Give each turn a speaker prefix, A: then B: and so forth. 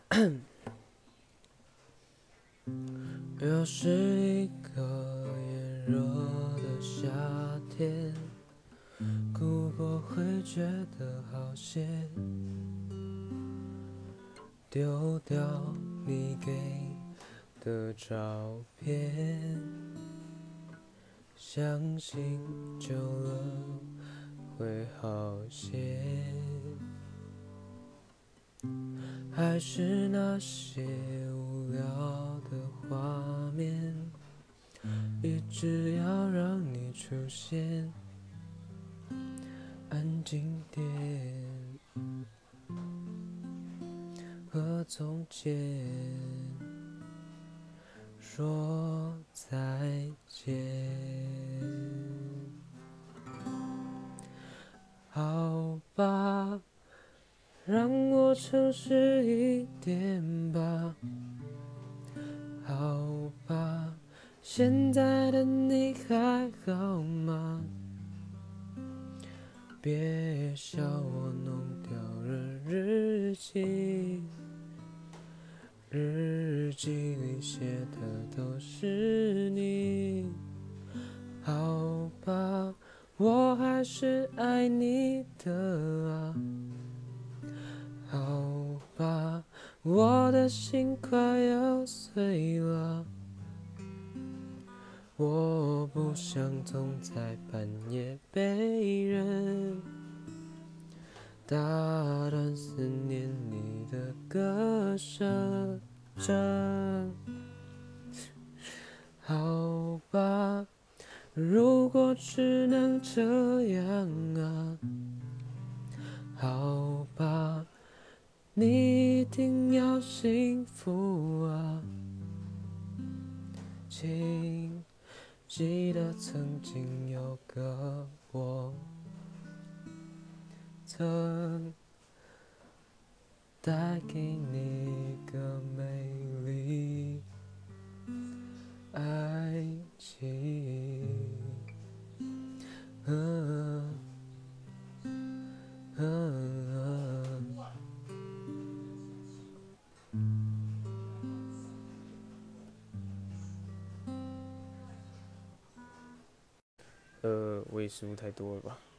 A: 又是一个炎热的夏天，哭过会觉得好些，丢掉你给的照片，相信久了会好些，还是那些无聊的画面，一直要让你出现，安静点，和从前说再见。好吧，让我诚实一点吧。好吧，现在的你还好吗？别笑我弄掉了日记，日记里写的都是你。好吧，我还是爱你的啊。好吧，我的心快要碎了，我不想总在半夜被人打断思念你的歌声。好吧，如果只能这样啊，好吧，你一定要幸福啊，请记得曾经有个我，曾带给你一个美丽爱情。喂食物太多了吧？